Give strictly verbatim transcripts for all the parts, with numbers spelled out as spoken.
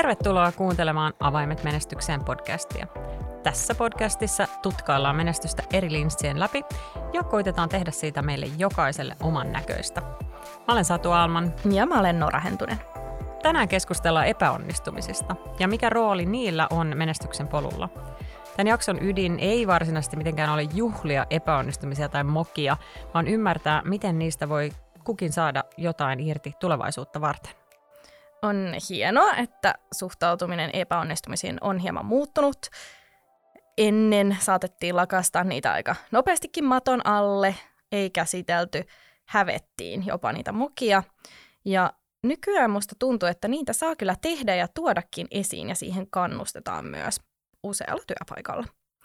Tervetuloa kuuntelemaan Avaimet menestykseen podcastia. Tässä podcastissa tutkaillaan menestystä eri linssien läpi ja koitetaan tehdä siitä meille jokaiselle oman näköistä. Mä olen Satu Alman. Ja mä olen Nora Hentunen. Tänään keskustellaan epäonnistumisista ja mikä rooli niillä on menestyksen polulla. Tämän jakson ydin ei varsinaisesti mitenkään ole juhlia epäonnistumisia tai mokia, vaan ymmärtää, miten niistä voi kukin saada jotain irti tulevaisuutta varten. On hienoa, että suhtautuminen epäonnistumisiin on hieman muuttunut. Ennen saatettiin lakastaa niitä aika nopeastikin maton alle, ei käsitelty, hävettiin jopa niitä mokia. Ja nykyään musta tuntuu, että niitä saa kyllä tehdä ja tuodakin esiin ja siihen kannustetaan myös usealla työpaikalla.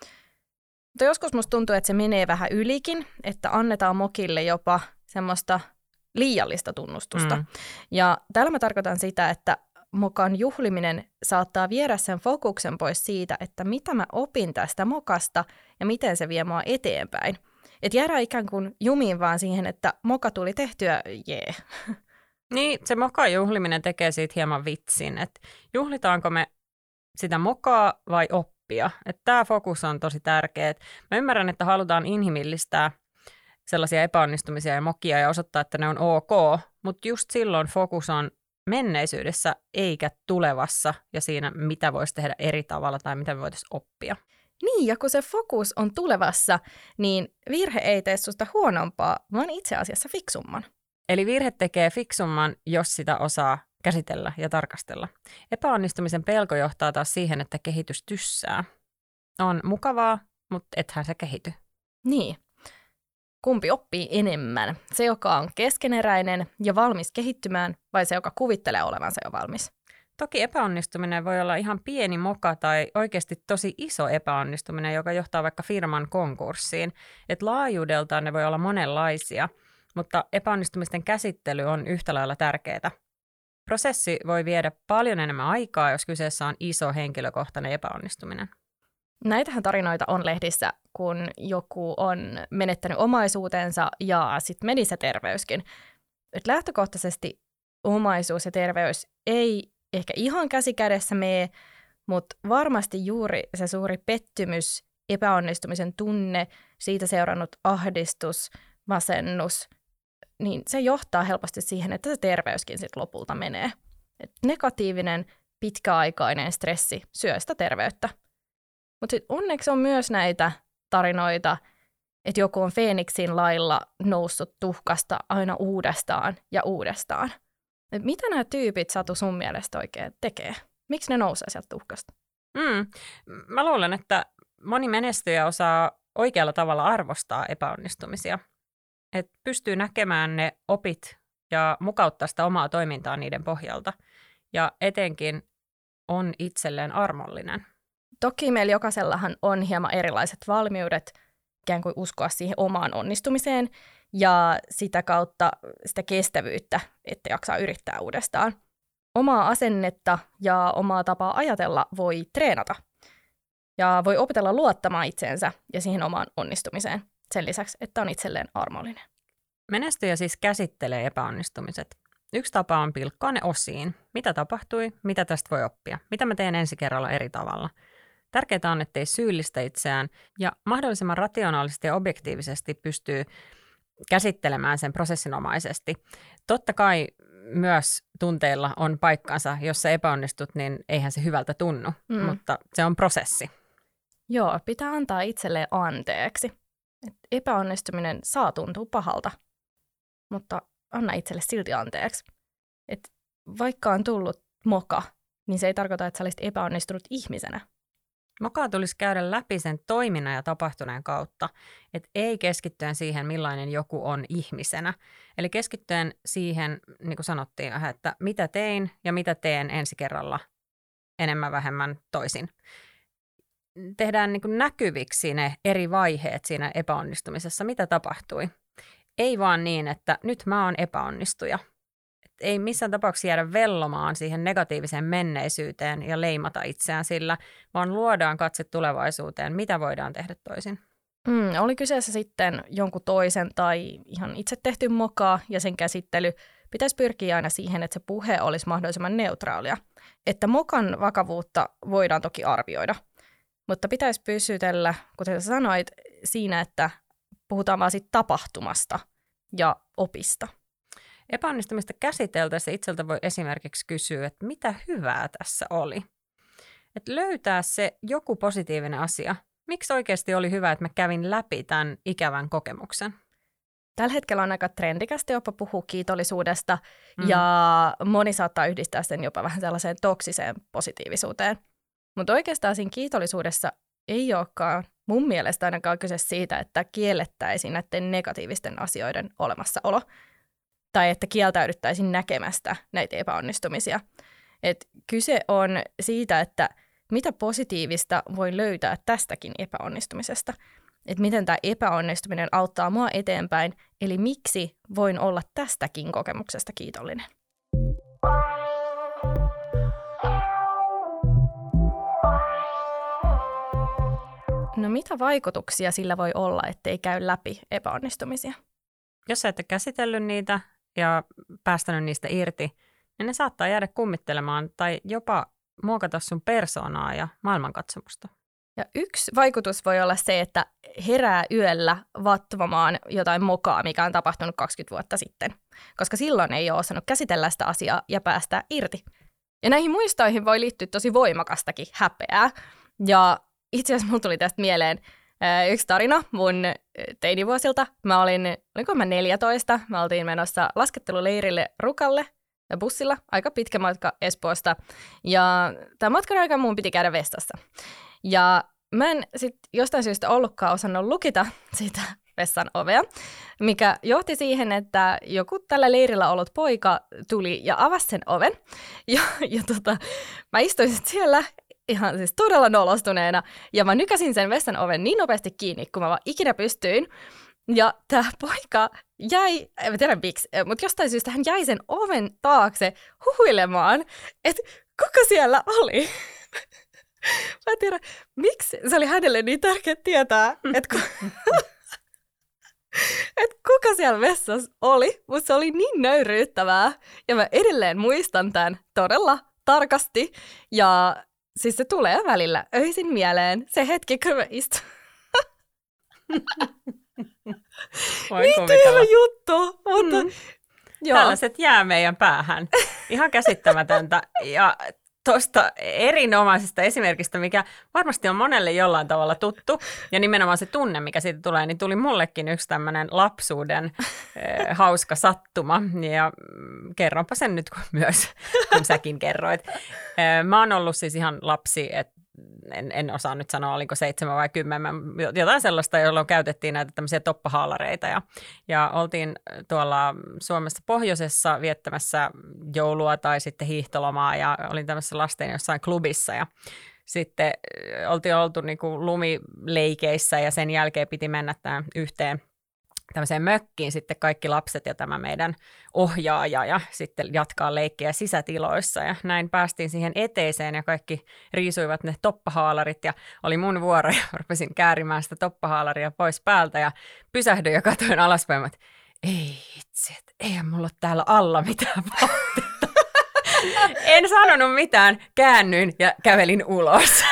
Mutta joskus musta tuntuu, että se menee vähän ylikin, että annetaan mokille jopa semmoista liiallista tunnustusta. Mm. Ja täällä mä tarkoitan sitä, että mokan juhliminen saattaa viedä sen fokuksen pois siitä, että mitä mä opin tästä mokasta ja miten se vie mua eteenpäin. Että jäädään ikään kuin jumiin vaan siihen, että moka tuli tehtyä, jee. Yeah. Niin, se mokan juhliminen tekee siitä hieman vitsin, että juhlitaanko me sitä mokaa vai oppia. Että tämä fokus on tosi tärkeä. Mä ymmärrän, että halutaan inhimillistää sellaisia epäonnistumisia ja mokia ja osoittaa, että ne on ok, mutta just silloin fokus on menneisyydessä eikä tulevassa ja siinä, mitä voisi tehdä eri tavalla tai mitä me voitaisiin oppia. Niin, ja kun se fokus on tulevassa, niin virhe ei tee susta huonompaa, vaan itse asiassa fiksumman. Eli virhe tekee fiksumman, jos sitä osaa käsitellä ja tarkastella. Epäonnistumisen pelko johtaa taas siihen, että kehitys tyssää. On mukavaa, mutta ethän se kehity. Niin. Kumpi oppii enemmän? Se, joka on keskeneräinen ja valmis kehittymään, vai se, joka kuvittelee olevansa jo valmis? Toki epäonnistuminen voi olla ihan pieni moka tai oikeasti tosi iso epäonnistuminen, joka johtaa vaikka firman konkurssiin. Et laajuudeltaan ne voi olla monenlaisia, mutta epäonnistumisten käsittely on yhtä lailla tärkeää. Prosessi voi viedä paljon enemmän aikaa, jos kyseessä on iso henkilökohtainen epäonnistuminen. Näitähän tarinoita on lehdissä, kun joku on menettänyt omaisuutensa ja sitten meni se terveyskin. Et lähtökohtaisesti omaisuus ja terveys ei ehkä ihan käsi kädessä mene, mutta varmasti juuri se suuri pettymys, epäonnistumisen tunne, siitä seurannut ahdistus, masennus, niin se johtaa helposti siihen, että se terveyskin sitten lopulta menee. Et negatiivinen, pitkäaikainen stressi syö sitä terveyttä. Mutta onneksi on myös näitä tarinoita, että joku on Feeniksin lailla noussut tuhkasta aina uudestaan ja uudestaan. Et mitä nämä tyypit, Satu, sun mielestä oikein tekee? Miksi ne nousee sieltä tuhkasta? Mm. Mä luulen, että moni menestyjä osaa oikealla tavalla arvostaa epäonnistumisia. Et pystyy näkemään ne opit ja mukauttaa sitä omaa toimintaa niiden pohjalta. Ja etenkin on itselleen armollinen. Toki meillä jokaisellahan on hieman erilaiset valmiudet ikään kuin uskoa siihen omaan onnistumiseen ja sitä kautta sitä kestävyyttä, että jaksaa yrittää uudestaan. Omaa asennetta ja omaa tapaa ajatella voi treenata ja voi opetella luottamaan itseensä ja siihen omaan onnistumiseen sen lisäksi, että on itselleen armollinen. Menestyjä siis käsittelee epäonnistumiset. Yksi tapa on pilkkoa ne osiin. Mitä tapahtui, mitä tästä voi oppia, mitä mä teen ensi kerralla eri tavalla. Tärkeää on, ettei syyllistä itseään ja mahdollisimman rationaalisesti ja objektiivisesti pystyy käsittelemään sen prosessinomaisesti. Totta kai myös tunteilla on paikkansa, jos sä epäonnistut, niin eihän se hyvältä tunnu, mm. mutta se on prosessi. Joo, pitää antaa itselleen anteeksi. Et epäonnistuminen saa tuntua pahalta, mutta anna itselle silti anteeksi. Et vaikka on tullut moka, niin se ei tarkoita, että sä olisit epäonnistunut ihmisenä. Mokaa tulisi käydä läpi sen toiminnan ja tapahtuneen kautta, että ei keskittyen siihen, millainen joku on ihmisenä. Eli keskittyen siihen, niin kuin sanottiin, että mitä tein ja mitä teen ensi kerralla enemmän vähemmän toisin. Tehdään niin kuin näkyviksi ne eri vaiheet siinä epäonnistumisessa, mitä tapahtui. Ei vaan niin, että nyt mä oon epäonnistuja. Ei missään tapauksessa jäädä vellomaan siihen negatiiviseen menneisyyteen ja leimata itseään sillä, vaan luodaan katse tulevaisuuteen, mitä voidaan tehdä toisin. Mm, oli kyseessä sitten jonkun toisen tai ihan itse tehty moka ja sen käsittely pitäisi pyrkiä aina siihen, että se puhe olisi mahdollisimman neutraalia. Että mokan vakavuutta voidaan toki arvioida, mutta pitäisi pysytellä, kuten sä sanoit, siinä, että puhutaan vaan siitä tapahtumasta ja opista. Epäonnistumista käsiteltäessä itseltä voi esimerkiksi kysyä, että mitä hyvää tässä oli. Että löytää se joku positiivinen asia. Miksi oikeasti oli hyvä, että mä kävin läpi tämän ikävän kokemuksen? Tällä hetkellä on aika trendikästi jopa puhua kiitollisuudesta, mm. ja moni saattaa yhdistää sen jopa vähän sellaiseen toksiseen positiivisuuteen. Mutta oikeastaan siinä kiitollisuudessa ei olekaan mun mielestä ainakaan kyse siitä, että kiellettäisiin näiden negatiivisten asioiden olemassaolo, tai että kieltäydyttäisiin näkemästä näitä epäonnistumisia. Et kyse on siitä, että mitä positiivista voi löytää tästäkin epäonnistumisesta. Että miten tämä epäonnistuminen auttaa mua eteenpäin, eli miksi voin olla tästäkin kokemuksesta kiitollinen. No mitä vaikutuksia sillä voi olla, ettei käy läpi epäonnistumisia? Jos sä et ole käsitellyt niitä ja päästänyt niistä irti, niin ne saattaa jäädä kummittelemaan tai jopa muokata sun persoonaa ja maailmankatsomusta. Ja yksi vaikutus voi olla se, että herää yöllä vatvomaan jotain mokaa, mikä on tapahtunut kaksikymmentä vuotta sitten, koska silloin ei ole osannut käsitellä sitä asiaa ja päästä irti. Ja näihin muistoihin voi liittyä tosi voimakastakin häpeää. Ja itse asiassa mulla tuli tästä mieleen yksi tarina mun teinivuosilta. Mä olin, olinko mä neljätoista, mä oltiin menossa lasketteluleirille Rukalle bussilla, aika pitkä matka Espoosta. Ja tämän matkan aikana mun piti käydä vessassa. Ja mä en sit jostain syystä ollutkaan osannut lukita sitä vessan ovea, mikä johti siihen, että joku tällä leirillä ollut poika tuli ja avasi sen oven. Ja, ja tota, mä istuin sit siellä ihan siis todella nolostuneena, ja mä nykäsin sen vessan oven niin nopeasti kiinni, kun mä vaan ikinä pystyin. Ja tää poika jäi, en tiedä miksi, mutta jostain syystä hän jäi sen oven taakse huhuilemaan, että kuka siellä oli. Mä en tiedä, miksi se oli hänelle niin tärkeää tietää, että ku... et kuka siellä vessassa oli, mutta se oli niin nöyryyttävää. Ja mä edelleen muistan tämän todella tarkasti. Ja siis se tulee välillä öisin mieleen se hetki, kun mä istun. Niin tyhmä juttu, mutta... Mm. Tällaiset jää meidän päähän. Ihan käsittämätöntä. Ja tuosta erinomaisesta esimerkistä, mikä varmasti on monelle jollain tavalla tuttu, ja nimenomaan se tunne, mikä siitä tulee, niin tuli mullekin yksi tämmöinen lapsuuden eh, hauska sattuma, ja kerronpa sen nyt myös, kun säkin kerroit. Eh, mä oon ollut siis ihan lapsi, että en, en osaa nyt sanoa, oliko seitsemän vai kymmenen, jotain sellaista, jolloin käytettiin näitä tämmöisiä toppahaalareita, ja, ja oltiin tuolla Suomessa pohjoisessa viettämässä joulua tai sitten hiihtolomaa, ja olin tämmöisessä lasten jossain klubissa, ja sitten oltiin oltu niin kuin lumileikeissä, ja sen jälkeen piti mennä tämän yhteen tämmöiseen mökkiin sitten kaikki lapset ja tämä meidän ohjaaja ja sitten jatkaa leikkiä sisätiloissa ja näin päästiin siihen eteiseen ja kaikki riisuivat ne toppahaalarit ja oli mun vuoro ja rupesin käärimään sitä toppahaalaria pois päältä ja pysähdyin ja katsoin alaspäin, että ei itse, että eihän mulla ole täällä alla mitään vaatteita. En sanonut mitään, käännyin ja kävelin ulos.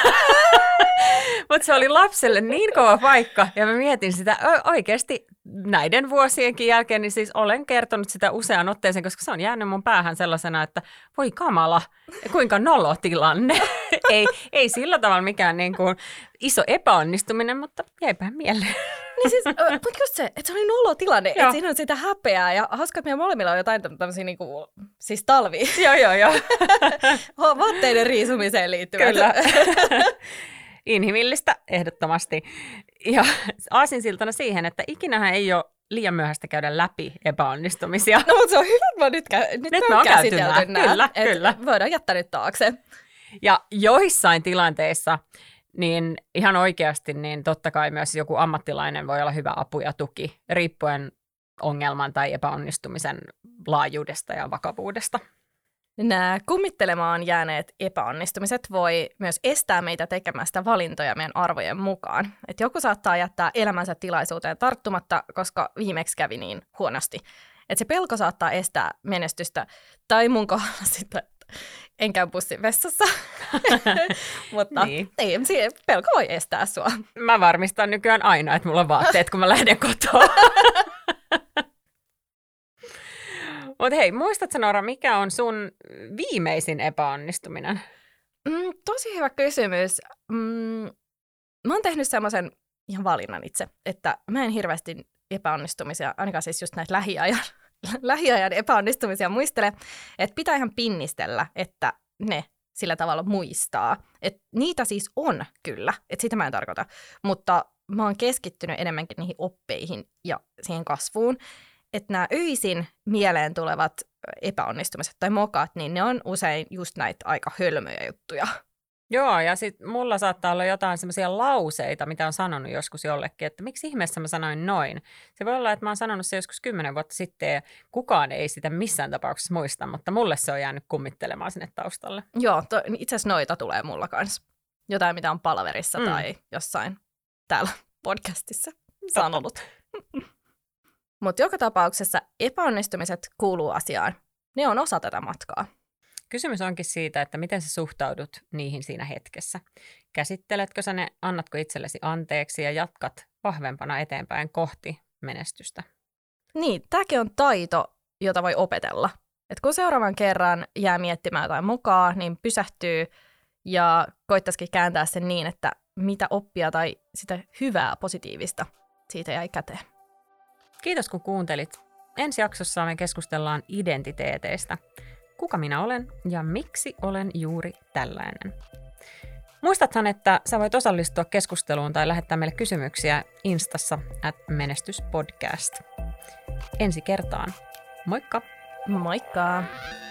Mutta se oli lapselle niin kova paikka, ja mä mietin sitä oikeasti näiden vuosienkin jälkeen, niin siis olen kertonut sitä usean otteeseen, koska se on jäänyt mun päähän sellaisena, että voi kamala, kuinka nolo tilanne. ei, ei sillä tavalla mikään niin kuin iso epäonnistuminen, mutta jäipä mieleen. Niin siis, mutta just se, että se oli nolo tilanne, että siinä on sitä häpeää, ja hauska, että meidän molemmilla on jotain tämmöisiä niin kuin, siis talvia. Joo, joo, joo. Vaatteiden riisumiseen liittyvät. Kyllä. Inhimillistä, ehdottomasti. Ja aasinsiltana siihen, että ikinähän ei ole liian myöhäistä käydä läpi epäonnistumisia. No, mutta se on hyvä, että nyt, kä- nyt, nyt me on käsitelty nämä. Kyllä, kyllä. Voidaan jättää nyt taakse. Ja joissain tilanteissa, niin ihan oikeasti, niin totta kai myös joku ammattilainen voi olla hyvä apu ja tuki, riippuen ongelman tai epäonnistumisen laajuudesta ja vakavuudesta. Nämä kummittelemaan jääneet epäonnistumiset voi myös estää meitä tekemästä valintoja meidän arvojen mukaan. Et joku saattaa jättää elämänsä tilaisuuteen tarttumatta, koska viimeksi kävi niin huonosti. Että se pelko saattaa estää menestystä. Tai mun kohdalla sitten, en käy bussin vessassa. Mutta niin. Ei, pelko voi estää sua. Mä varmistan nykyään aina, että mulla on vaatteet, kun mä lähden kotoa. Mutta hei, muistatko Noora, mikä on sun viimeisin epäonnistuminen? Mm, tosi hyvä kysymys. Mm, mä oon tehnyt semmoisen ihan valinnan itse, että mä en hirveästi epäonnistumisia, ainakaan siis just näitä lähiajan, lähiajan epäonnistumisia muistele, että pitää ihan pinnistellä, että ne sillä tavalla muistaa. Et niitä siis on kyllä, että sitä mä en tarkoita, mutta mä oon keskittynyt enemmänkin niihin oppeihin ja siihen kasvuun, että nämä öisin mieleen tulevat epäonnistumiset tai mokat, niin ne on usein just näitä aika hölmöjä juttuja. Joo, ja sitten mulla saattaa olla jotain semmoisia lauseita, mitä on sanonut joskus jollekin, että miksi ihmeessä mä sanoin noin. Se voi olla, että mä oon sanonut se joskus kymmenen vuotta sitten ja kukaan ei sitä missään tapauksessa muista, mutta mulle se on jäänyt kummittelemaan sinne taustalle. Joo, to, itse asiassa noita tulee mulla kanssa. Jotain, mitä on palaverissa mm. tai jossain täällä podcastissa sanonut. Mutta joka tapauksessa epäonnistumiset kuuluu asiaan. Ne on osa tätä matkaa. Kysymys onkin siitä, että miten sä suhtaudut niihin siinä hetkessä. Käsitteletkö sä ne, annatko itsellesi anteeksi ja jatkat vahvempana eteenpäin kohti menestystä? Niin, tämäkin on taito, jota voi opetella. Et kun seuraavan kerran jää miettimään jotain mukaan, niin pysähtyy ja koittaisikin kääntää sen niin, että mitä oppia tai sitä hyvää, positiivista siitä jäi käteen. Kiitos kun kuuntelit. Ensi jaksossa me keskustellaan identiteeteistä. Kuka minä olen ja miksi olen juuri tällainen? Muistathan, että sä voit osallistua keskusteluun tai lähettää meille kysymyksiä Instassa at menestyspodcast. Ensi kertaan. Moikka! Moikka!